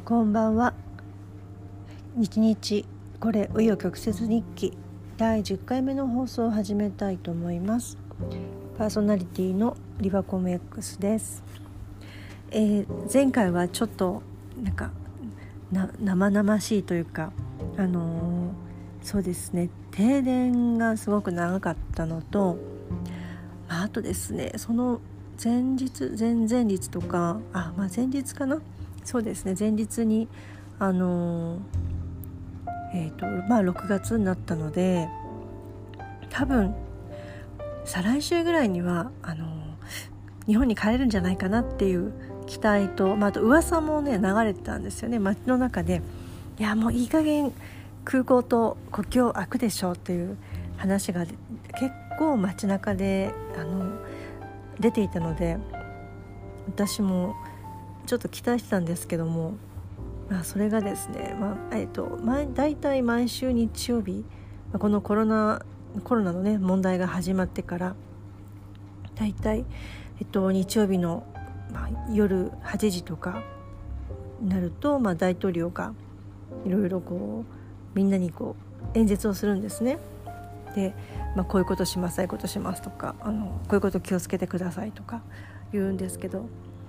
こんばんは。日々これ紆余曲折日記第10回目の放送を始めたいと思います。パーソナリティのリバコム X です。前回はちょっと生々しいというかそうですね、停電がすごく長かったのと、あとですね、その前日前々日とか前日かな、そうですね、前日に6月になったので、多分再来週ぐらいには日本に帰れるんじゃないかなっていう期待と、あと噂もね流れてたんですよね、街の中で。いや、もういい加減空港と国境開くでしょうっていう話が結構街中で出ていたので、私もちょっと期待してたんですけども、それがですね、だいたい毎週日曜日、このコロナのね問題が始まってからだいたい日曜日の、夜8時とかになると、大統領がいろいろみんなに演説をするんですね。で、こういうことします、ああいうことしますとか、こういうこと気をつけてくださいとか言うんですけど、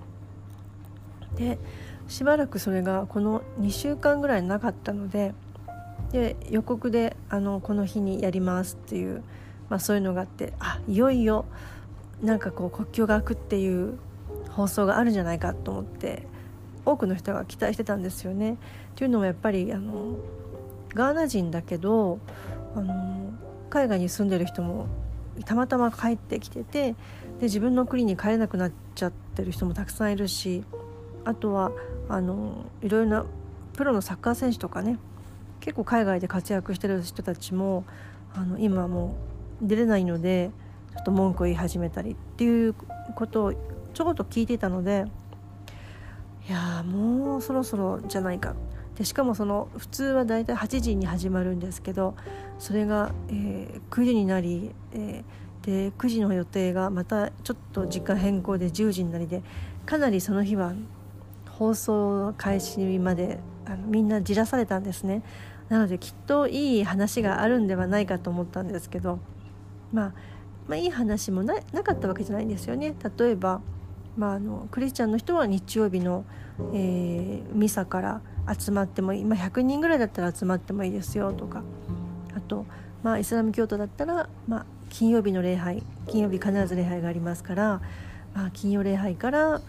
でしばらくそれがこの2週間ぐらいなかったので、予告でこの日にやりますっていう、そういうのがあって、いよいよ国境が開くっていう放送があるんじゃないかと思って、多くの人が期待してたんですよね。というのもやっぱりガーナ人だけど海外に住んでる人もたまたま帰ってきてて、で自分の国に帰れなくなっちゃってる人もたくさんいるし、あとはいろいろなプロのサッカー選手とかね、結構海外で活躍してる人たちも今もう出れないので、ちょっと文句を言い始めたりっていうことをちょこっと聞いていたので、いやもうそろそろじゃないか。でしかも普通はだいたい8時に始まるんですけど、それが、9時になり、で9時の予定がまたちょっと時間変更で10時になりで、かなりその日は放送開始までみんなじらされたんですね。なのできっといい話があるんではないかと思ったんですけど、いい話も なかったわけじゃないんですよね。例えば、クリスチャンの人は日曜日の、ミサから集まってもいい、100人ぐらいだったら集まってもいいですよとか、あと、イスラム教徒だったら、金曜日の礼拝、金曜日必ず礼拝がありますから、金曜礼拝から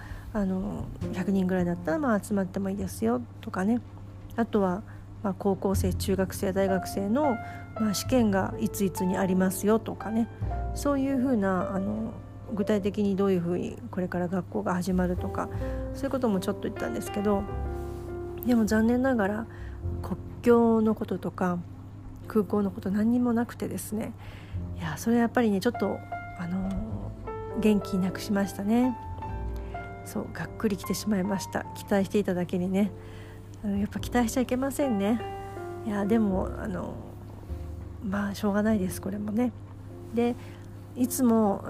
100人ぐらいだったら集まってもいいですよとかね。あとは、高校生、中学生、大学生の、試験がいついつにありますよとかね。そういうふうな具体的にどういうふうにこれから学校が始まるとか、そういうこともちょっと言ったんですけど、でも残念ながら国境のこととか空港のこと何にもなくてですね、いやそれやっぱりねちょっと元気なくしましたね。そう、がっくり来てしまいました。期待していただけにね、やっぱ期待しちゃいけませんね。いやでもしょうがないです、これもね。でいつも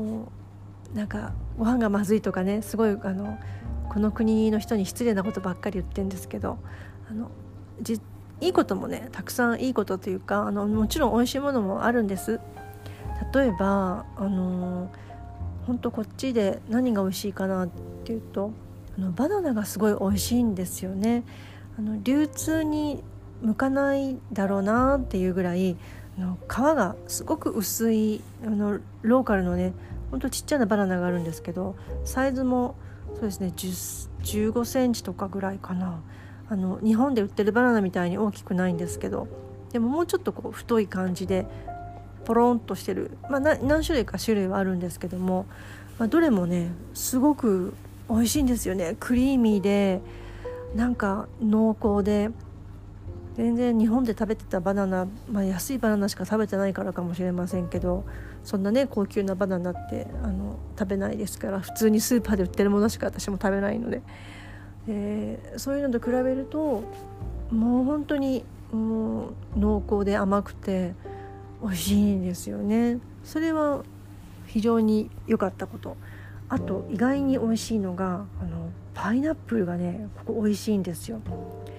ご飯がまずいとかね、すごいこの国の人に失礼なことばっかり言ってるんですけど、いいこともねたくさんいいことというかもちろん美味しいものもあるんです。例えば本当こっちで何が美味しいかなっていうと、バナナがすごい美味しいんですよね。流通に向かないだろうなっていうぐらい皮がすごく薄いローカルのね、ほんとちっちゃなバナナがあるんですけど、サイズもそうですね15センチとかぐらいかな。日本で売ってるバナナみたいに大きくないんですけど、でももうちょっと太い感じでポロンとしてる、何種類か種類はあるんですけども、どれもねすごく美味しいんですよね。クリーミーで濃厚で、全然日本で食べてたバナナ、安いバナナしか食べてないからかもしれませんけど、そんなね高級なバナナって食べないですから、普通にスーパーで売ってるものしか私も食べないので、そういうのと比べるともう本当に濃厚で甘くて美味しいんですよね。それは非常に良かったこと。 あと意外に美味しいのがパイナップルがねここ美味しいんですよ。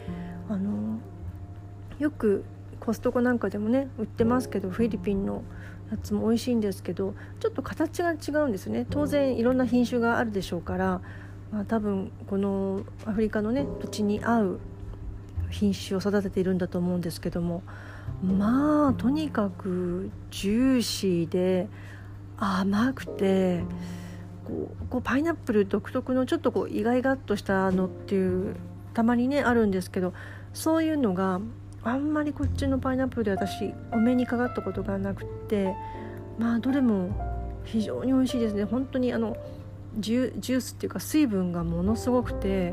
よくコストコなんかでもね売ってますけど、フィリピンのやつも美味しいんですけど、ちょっと形が違うんですね。当然いろんな品種があるでしょうから、多分このアフリカのね土地に合う品種を育てているんだと思うんですけども、とにかくジューシーで甘くて、こうパイナップル独特のちょっと意外がっとしたのっていうたまにねあるんですけど、そういうのがあんまりこっちのパイナップルで私お目にかかったことがなくて、どれも非常に美味しいですね。本当にジュースっていうか水分がものすごくて、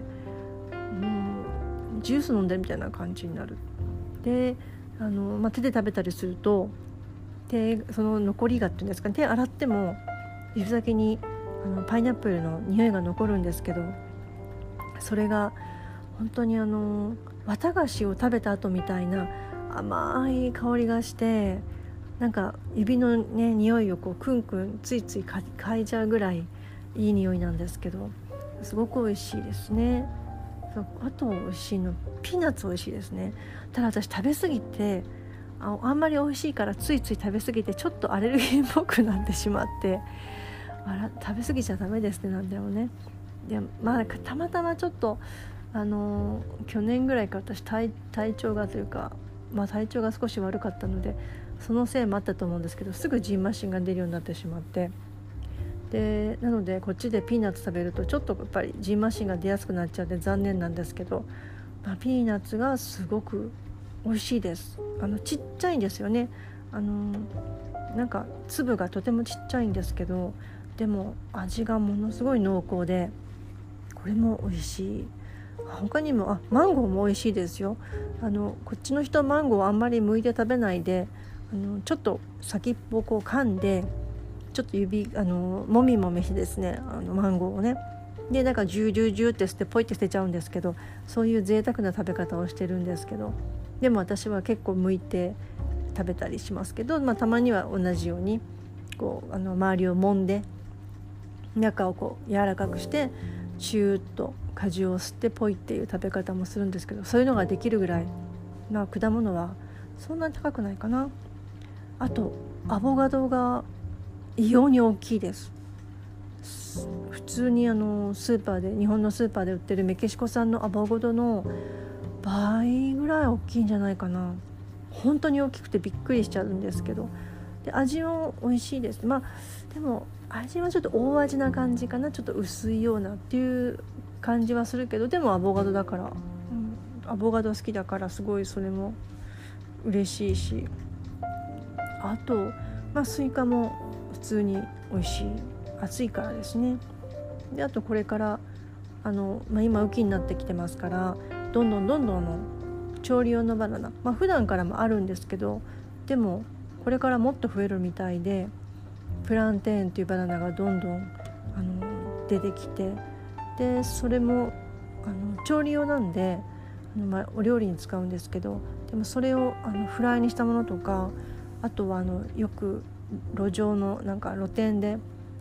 ジュース飲んでるみたいな感じになる。で手で食べたりするとその残りがっていうんですかね、手洗っても指先にパイナップルの匂いが残るんですけど、それが本当に綿菓子を食べた後みたいな甘い香りがして、なんか指のね匂いをクンクンついつい嗅いじゃうぐらいいい匂いなんですけど、すごく美味しいですね。あと美味しいのピーナッツ美味しいですね。ただ私食べ過ぎてあんまり美味しいからついつい食べ過ぎてちょっとアレルギーっぽくなってしまって、食べ過ぎちゃダメですね。なんだよね。でたまたまちょっと去年ぐらいから私体調がというか、体調が少し悪かったのでそのせいもあったと思うんですけど、すぐジンマシンが出るようになってしまって、でなのでこっちでピーナッツ食べるとちょっとやっぱりジンマシンが出やすくなっちゃって残念なんですけど、ピーナッツがすごく美味しいです。ちっちゃいんですよね。なんか粒がとてもちっちゃいんですけど、でも味がものすごい濃厚でこれも美味しい。他にもマンゴーも美味しいですよ。こっちの人はマンゴーをあんまり剥いて食べないでちょっと先っぽを噛んでちょっともみもみしてですねマンゴーをね、でなんかジュージュージューって捨てポイって捨てちゃうんですけど、そういう贅沢な食べ方をしてるんですけど、でも私は結構剥いて食べたりしますけど、たまには同じように周りを揉んで中を柔らかくしてチューッと果汁を吸ってポイっていう食べ方もするんですけど、そういうのができるぐらい果物はそんなに高くないかな。あとアボカドが異様に大きいです。普通にスーパーで日本のスーパーで売ってるメキシコ産のアボカドの倍ぐらい大きいんじゃないかな。本当に大きくてびっくりしちゃうんですけど、で味も美味しいです。でも味はちょっと大味な感じかな。ちょっと薄いようなっていう感じはするけど、でもアボカドだから、アボカド好きだからすごいそれも嬉しいし、あと、スイカも普通に美味しい。暑いからですね。であとこれから今雨季になってきてますから、どんどん調理用のバナナ、普段からもあるんですけど、でもこれからもっと増えるみたいで、プランテーンというバナナがどんどん出てきて、でそれも調理用なんでお料理に使うんですけど、でもそれをフライにしたものとか、あとはよく路上の露店で、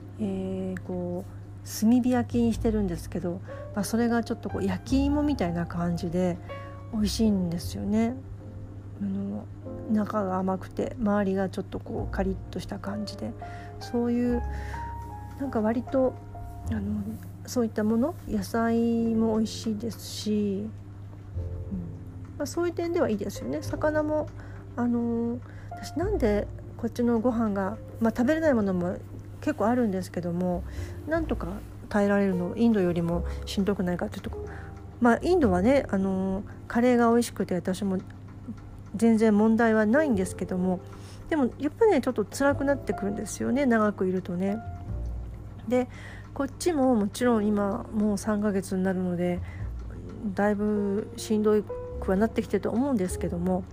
炭火焼きにしてるんですけど、それがちょっと焼き芋みたいな感じで美味しいんですよね。中が甘くて周りがちょっとカリッとした感じで、そういう割とそういったもの、野菜も美味しいですし、そういう点ではいいですよね。魚も私なんでこっちのご飯が、食べれないものも結構あるんですけども、なんとか耐えられるのインドよりもしんどくないかというと、インドはねカレーが美味しくて私も全然問題はないんですけども、でもやっぱりねちょっと辛くなってくるんですよね、長くいるとね。でこっちももちろん今もう3ヶ月になるのでだいぶしんどくはなってきてると思うんですけども、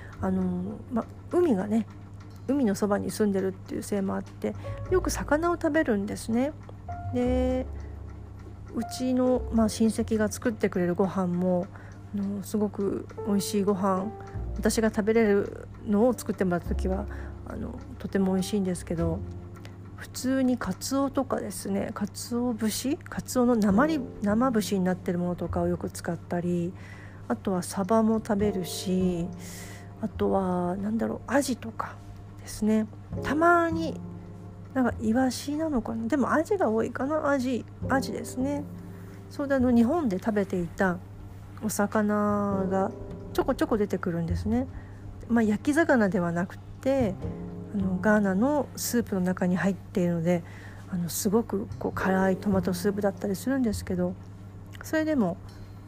海のそばに住んでるっていうせいもあってよく魚を食べるんですね。でうちの、親戚が作ってくれるご飯もすごく美味しいご飯、私が食べれるのを作ってもらった時はとても美味しいんですけど、 普通にカツオとかですね、カツオの生節になってるものとかをよく使ったり、あとはサバも食べるし、あとはアジとかですね。たまにイワシなのかな、でもアジが多いかな。アジですね。そうで日本で食べていたお魚がちょこちょこ出てくるんですね。焼き魚ではなくてガーナのスープの中に入っているので、すごく辛いトマトスープだったりするんですけど、それでも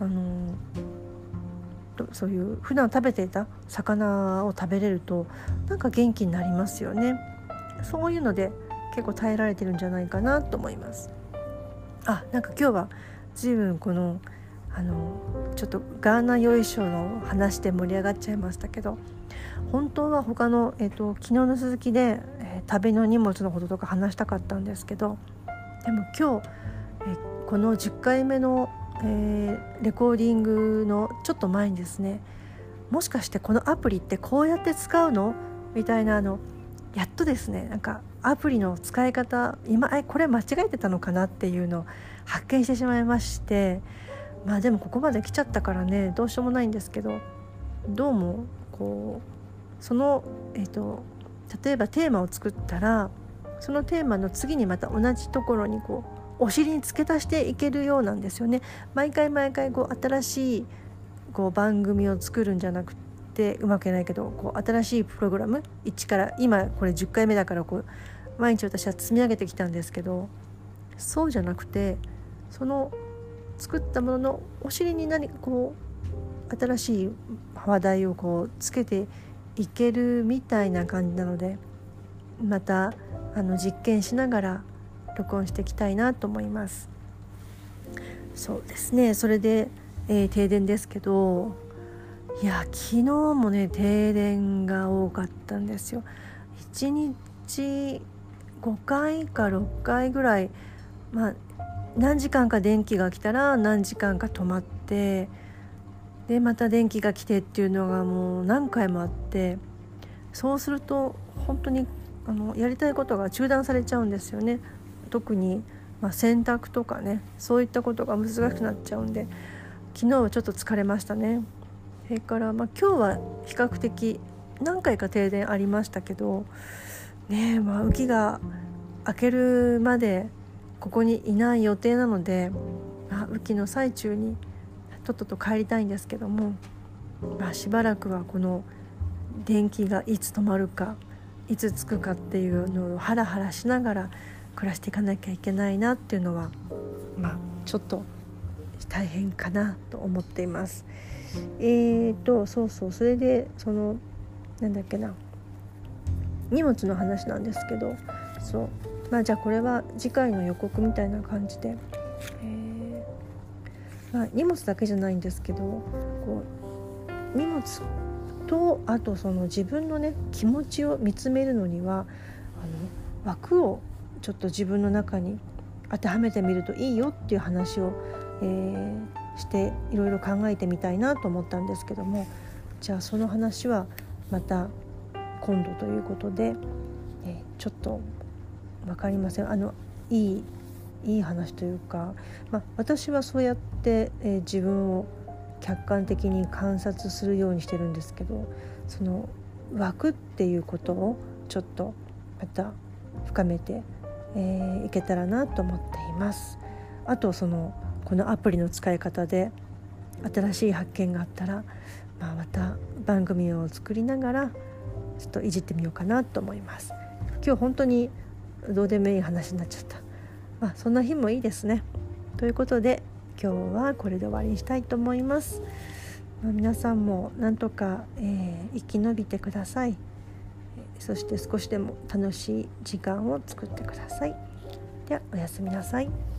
そういう普段食べていた魚を食べれると元気になりますよね。そういうので結構耐えられてるんじゃないかなと思います。今日は随分ちょっとガーナよいしょの話で盛り上がっちゃいましたけど、本当は他の、昨日の続きで、旅の荷物のこととか話したかったんですけど、でも今日、この10回目の、レコーディングのちょっと前にですね、もしかしてこのアプリってこうやって使うのみたいなやっとですね、アプリの使い方これ間違えてたのかなっていうのを発見してしまいまして、でもここまで来ちゃったからね、どうしようもないんですけど、どうもその、例えばテーマを作ったら、そのテーマの次にまた同じところにお尻に付け足していけるようなんですよね。毎回新しい番組を作るんじゃなくて、うまくいかないけど新しいプログラム1から今これ10回目だから毎日私は積み上げてきたんですけど、そうじゃなくて、その作ったもののお尻に何か新しい話題をつけていけるみたいな感じなので、また実験しながら録音していきたいなと思います。そうですね。それで、停電ですけど、昨日もね停電が多かったんですよ。1日5回か6回ぐらい、何時間か電気が来たら何時間か止まって、でまた電気が来てっていうのがもう何回もあって、そうすると本当にやりたいことが中断されちゃうんですよね。特に、洗濯とかね、そういったことが難しくなっちゃうんで、昨日はちょっと疲れましたね。それから、今日は比較的何回か停電ありましたけどね、雨季が明けるまでここにいない予定なので、雨季の最中にとっとと帰りたいんですけども、しばらくはこの電気がいつ止まるかいつつくかっていうのをハラハラしながら暮らしていかなきゃいけないなっていうのは、ちょっと大変かなと思っています。それで荷物の話なんですけど、じゃあこれは次回の予告みたいな感じで、荷物だけじゃないんですけど、荷物とあと自分のね気持ちを見つめるのには枠をちょっと自分の中に当てはめてみるといいよっていう話を、していろいろ考えてみたいなと思ったんですけども、じゃあその話はまた今度ということで、ちょっと分かりません。いい話というか、私はそうやって、自分を客観的に観察するようにしてるんですけど、その枠っていうことをちょっとまた深めて、いけたらなと思っています。あとこのアプリの使い方で新しい発見があったら、また番組を作りながらちょっといじってみようかなと思います。今日本当にどうでもいい話になっちゃった。そんな日もいいですね。ということで今日はこれで終わりにしたいと思います。皆さんもなんとか、生き延びてください。そして少しでも楽しい時間を作ってください。ではおやすみなさい。